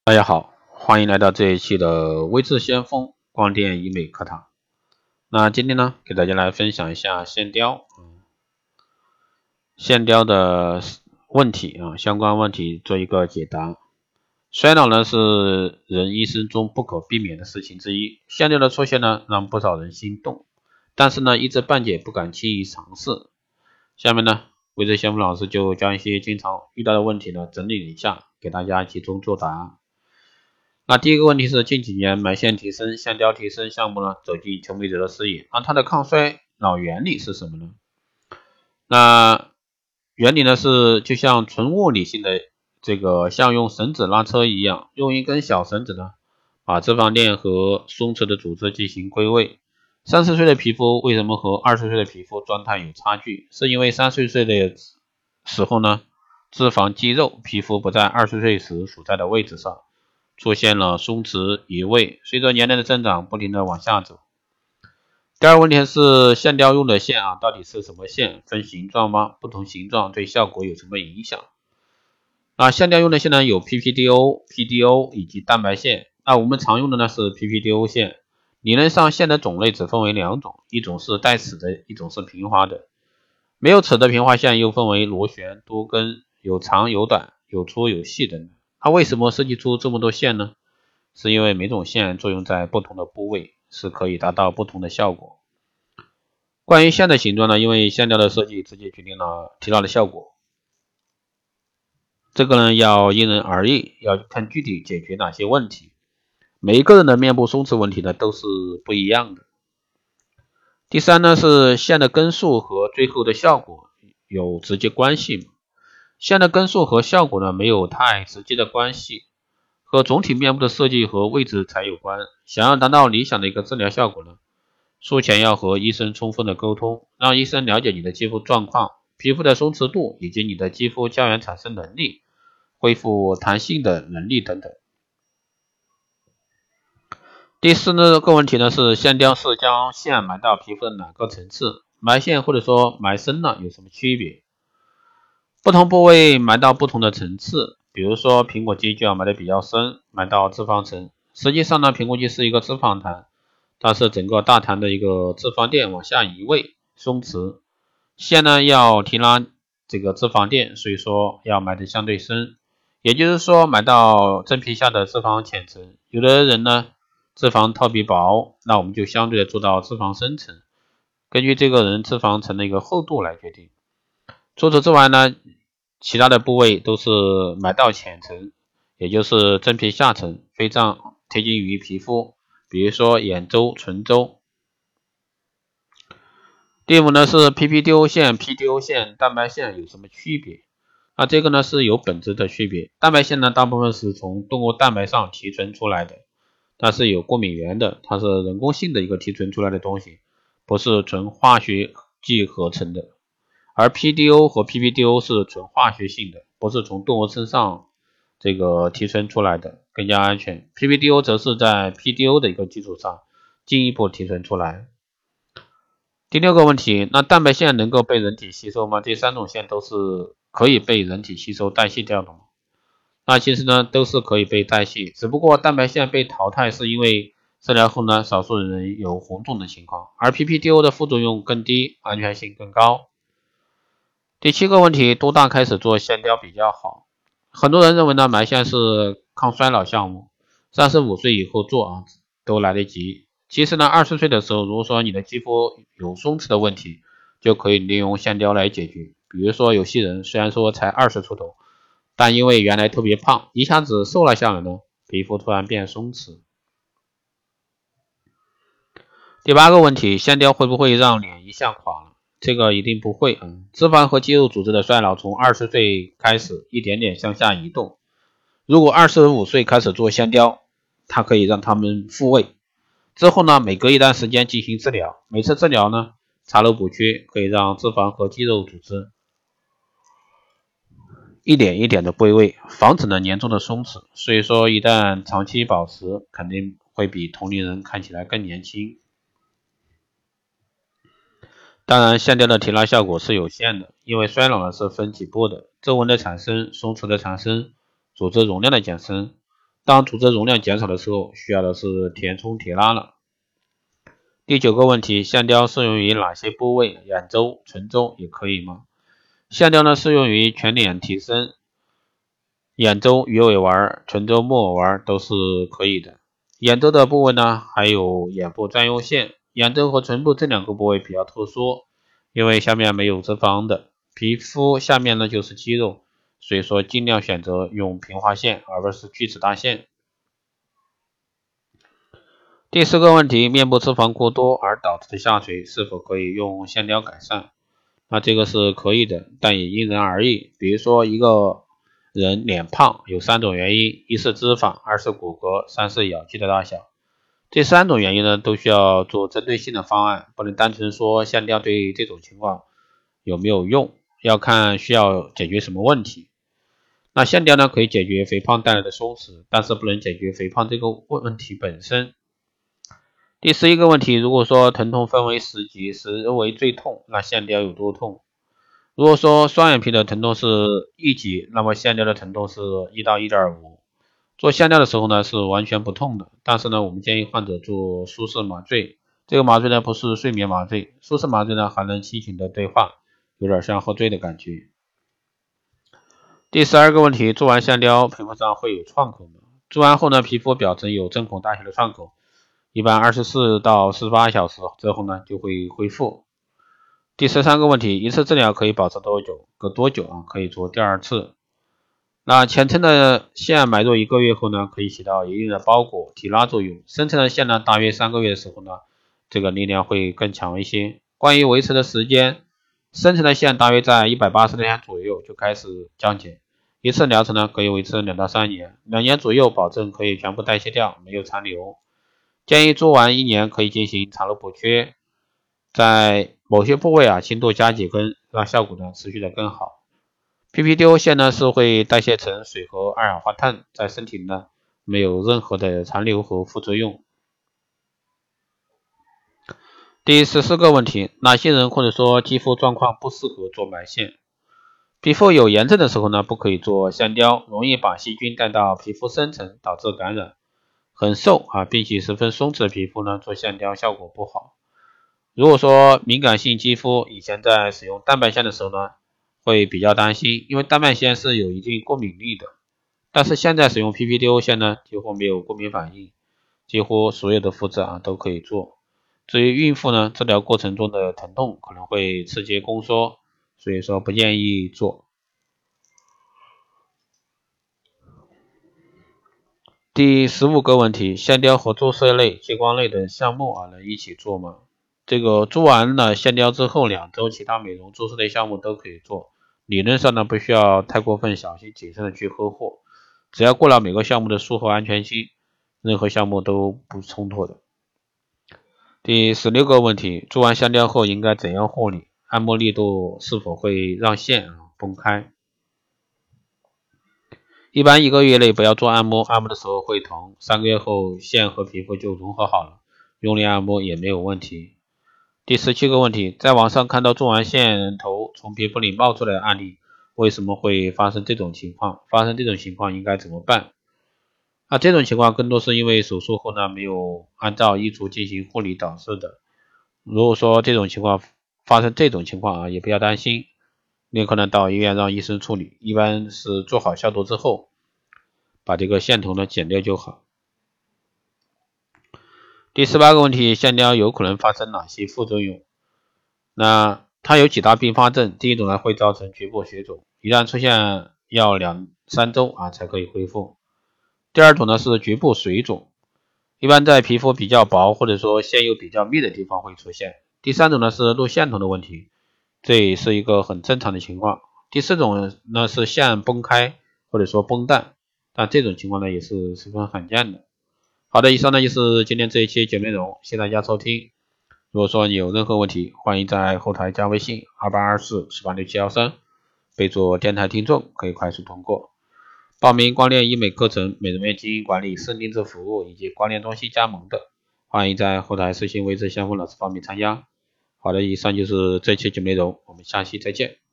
大家好，欢迎来到这一期的微智先锋光电医美课堂。那今天呢，给大家来分享一下线雕的问题相关问题做一个解答。衰老呢是人一生中不可避免的事情之一，线雕的出现呢让不少人心动，但是呢一知半解，不敢轻易尝试。下面呢，微智先锋老师就将一些经常遇到的问题呢整理了一下，给大家集中作答。那第一个问题是，近几年埋线提升、线雕提升项目呢走进求美者的视野，那它的抗衰老原理是什么呢？那原理呢是就像纯物理性的像用绳子拉车一样，用一根小绳子呢把脂肪链和松弛的组织进行归位。30岁的皮肤为什么和20岁的皮肤状态有差距？是因为30岁的时候呢，脂肪肌肉皮肤不在20岁时所在的位置上，出现了松弛移位，随着年龄的增长不停的往下走。第二个问题是，线雕用的线到底是什么线？分形状吗？不同形状对效果有什么影响？线雕用的线呢有 PPDO、PDO 以及蛋白线。我们常用的呢是 PPDO 线。理论上线的种类只分为两种，一种是带齿的，一种是平滑的。没有齿的平滑线又分为螺旋、多根、有长有短、有粗有细等等。为什么设计出这么多线呢？是因为每种线作用在不同的部位，是可以达到不同的效果。关于线的形状呢，因为线雕的设计直接决定了提到的效果。这个呢要因人而异，要看具体解决哪些问题。每一个人的面部松弛问题呢都是不一样的。第三呢是线的根数和最后的效果有直接关系吗？线的根数和效果呢没有太直接的关系，和总体面部的设计和位置才有关。想要达到理想的一个治疗效果呢，术前要和医生充分的沟通，让医生了解你的肌肤状况、皮肤的松弛度以及你的肌肤胶原产生能力、恢复弹性的能力等等。第四个问题呢是，线雕是将线埋到皮肤的哪个层次？埋线或者说埋深了有什么区别？不同部位埋到不同的层次，比如说苹果肌就要埋得比较深，埋到脂肪层。实际上呢，苹果肌是一个脂肪弹，它是整个大弹的一个脂肪垫往下移位松弛，线呢要提拉这个脂肪垫，所以说要埋得相对深，也就是说埋到真皮下的脂肪浅层。有的人呢脂肪套皮薄，那我们就相对的做到脂肪深层，根据这个人脂肪层的一个厚度来决定。除此之外呢，其他的部位都是埋到浅层，也就是真皮下层，非常贴近于皮肤，比如说眼周、唇周。第五呢是 PPDO 线、PDO 线、蛋白线有什么区别？这个呢是有本质的区别。蛋白线呢大部分是从动物蛋白上提纯出来的，它是有过敏原的，它是人工性的一个提纯出来的东西，不是纯化学剂合成的。而 PDO 和 PPDO 是纯化学性的，不是从动物身上提纯出来的，更加安全。PPDO 则是在 PDO 的一个基础上进一步提纯出来。第六个问题，那蛋白线能够被人体吸收吗？这三种线都是可以被人体吸收代谢掉的吗？其实呢都是可以被代谢，只不过蛋白线被淘汰是因为治疗后呢少数人有红肿的情况，而 PPDO 的副作用更低，安全性更高。第七个问题，多大开始做线雕比较好？很多人认为呢埋线是抗衰老项目，35岁以后做都来得及。其实呢20岁的时候，如果说你的肌肤有松弛的问题，就可以利用线雕来解决。比如说有些人虽然说才20出头，但因为原来特别胖，一下子瘦了下来呢，皮肤突然变松弛。第八个问题，线雕会不会让脸一下垮了？这个一定不会脂肪和肌肉组织的衰老从20岁开始一点点向下移动。如果25岁开始做线雕，它可以让它们复位。之后呢，每隔一段时间进行治疗，每次治疗呢，查漏补缺，可以让脂肪和肌肉组织一点一点的归位，防止呢严重的松弛。所以说一旦长期保持，肯定会比同龄人看起来更年轻。当然线雕的提拉效果是有限的，因为衰老呢是分几步的，皱纹的产生、松弛的产生、组织容量的减生。 当组织容量减少的时候，需要的是填充铁钠了。第9个问题，橡胶适用于哪些部位？眼周、唇周也可以吗？橡胶呢适用于全脸提升，眼周、鱼尾纹、唇周、木偶纹都是可以的。眼周的部位呢，还有眼部专用线。眼周和唇部这2个部位比较特殊，因为下面没有脂肪的，皮肤下面呢就是肌肉，所以说尽量选择用平滑线，而不是锯齿大线。第10个问题，面部脂肪过多而导致的下垂是否可以用橡胶改善？那这个是可以的，但也因人而异。比如说一个人脸胖有3种原因，一是脂肪，二是骨骼，三是咬肌的大小。这3种原因呢，都需要做针对性的方案，不能单纯说橡胶对这种情况有没有用，要看需要解决什么问题。那橡胶呢，可以解决肥胖带来的松弛，但是不能解决肥胖这个问题本身。第11个问题，如果说疼痛分为10级，10为最痛，那橡胶有多痛？如果说双眼皮的疼痛是1级，那么橡胶的疼痛是1到 1.5。做橡胶的时候呢，是完全不痛的，但是呢，我们建议患者做舒适麻醉。这个麻醉呢，不是睡眠麻醉，舒适麻醉呢，还能清醒的对话，有点像喝醉的感觉。第12个问题，做完橡胶，皮肤上会有创口吗？做完后呢，皮肤表层有针孔大小的创口，一般24到48小时之后呢，就会恢复。第13个问题，一次治疗可以保持多久？隔多久啊？可以做第2次。那前层的线埋入1个月后呢，可以起到一定的包裹提拉作用。深层的线呢，大约3个月的时候呢，这个力量会更强一些。关于维持的时间，深层的线大约在180天左右就开始降解。一次疗程呢，可以维持2到3年，2年左右保证可以全部代谢掉，没有残留。建议做完1年可以进行产褥补缺，在某些部位轻度加几根，让效果呢持续的更好。PPDO 线呢是会代谢成水和二氧化碳，在身体呢没有任何的残留和副作用。第14个问题，哪些人或者说肌肤状况不适合做埋线？皮肤有炎症的时候呢，不可以做橡胶，容易把细菌带到皮肤深层，导致感染。很瘦并且十分松弛的皮肤呢，做橡胶效果不好。如果说敏感性肌肤，以前在使用蛋白线的时候呢，会比较担心，因为蛋白线是有一定过敏力的。但是现在使用 PPDO 线呢，几乎没有过敏反应，几乎所有的肤质都可以做。至于孕妇呢，治疗过程中的疼痛可能会刺激宫缩，所以说不建议做。第15个问题，橡胶和注射类、激光类的项目能一起做吗？这个做完了橡胶之后2周，其他美容注射类项目都可以做。理论上呢，不需要太过分小心谨慎的去呵护，只要过了每个项目的术后安全期，任何项目都不冲突的。第16个问题，做完橡胶后应该怎样护理？按摩力度是否会让线崩开？一般1个月内不要做按摩，按摩的时候会疼，3个月后线和皮肤就融合好了，用力按摩也没有问题。第17个问题，在网上看到做完线头从皮肤里冒出来的案例，为什么会发生这种情况？发生这种情况应该怎么办？这种情况更多是因为手术后呢没有按照医嘱进行护理导致的。如果说这种情况发生这种情况也不要担心，你可能到医院让医生处理，一般是做好消毒之后，把这个线头呢剪掉就好。第18个问题，橡胶有可能发生哪些副作用？那它有几大并发症，第一种呢会造成局部血肿，一旦出现要2-3周才可以恢复。第二种呢是局部水肿，一般在皮肤比较薄或者说线又比较密的地方会出现。第三种呢是路线头的问题，这也是一个很正常的情况。第四种呢是线崩开或者说崩淡，但这种情况呢也是十分罕见的。好的，以上呢就是今天这一期节目内容，谢谢大家收听。如果说你有任何问题，欢迎在后台加微信2824-786-713，备注电台听众，可以快速通过。报名光电医美课程、美容院经营管理、私人定制服务以及光电中心加盟的，欢迎在后台私信为这相关老师报名参加。好的，以上就是这期节目内容，我们下期再见。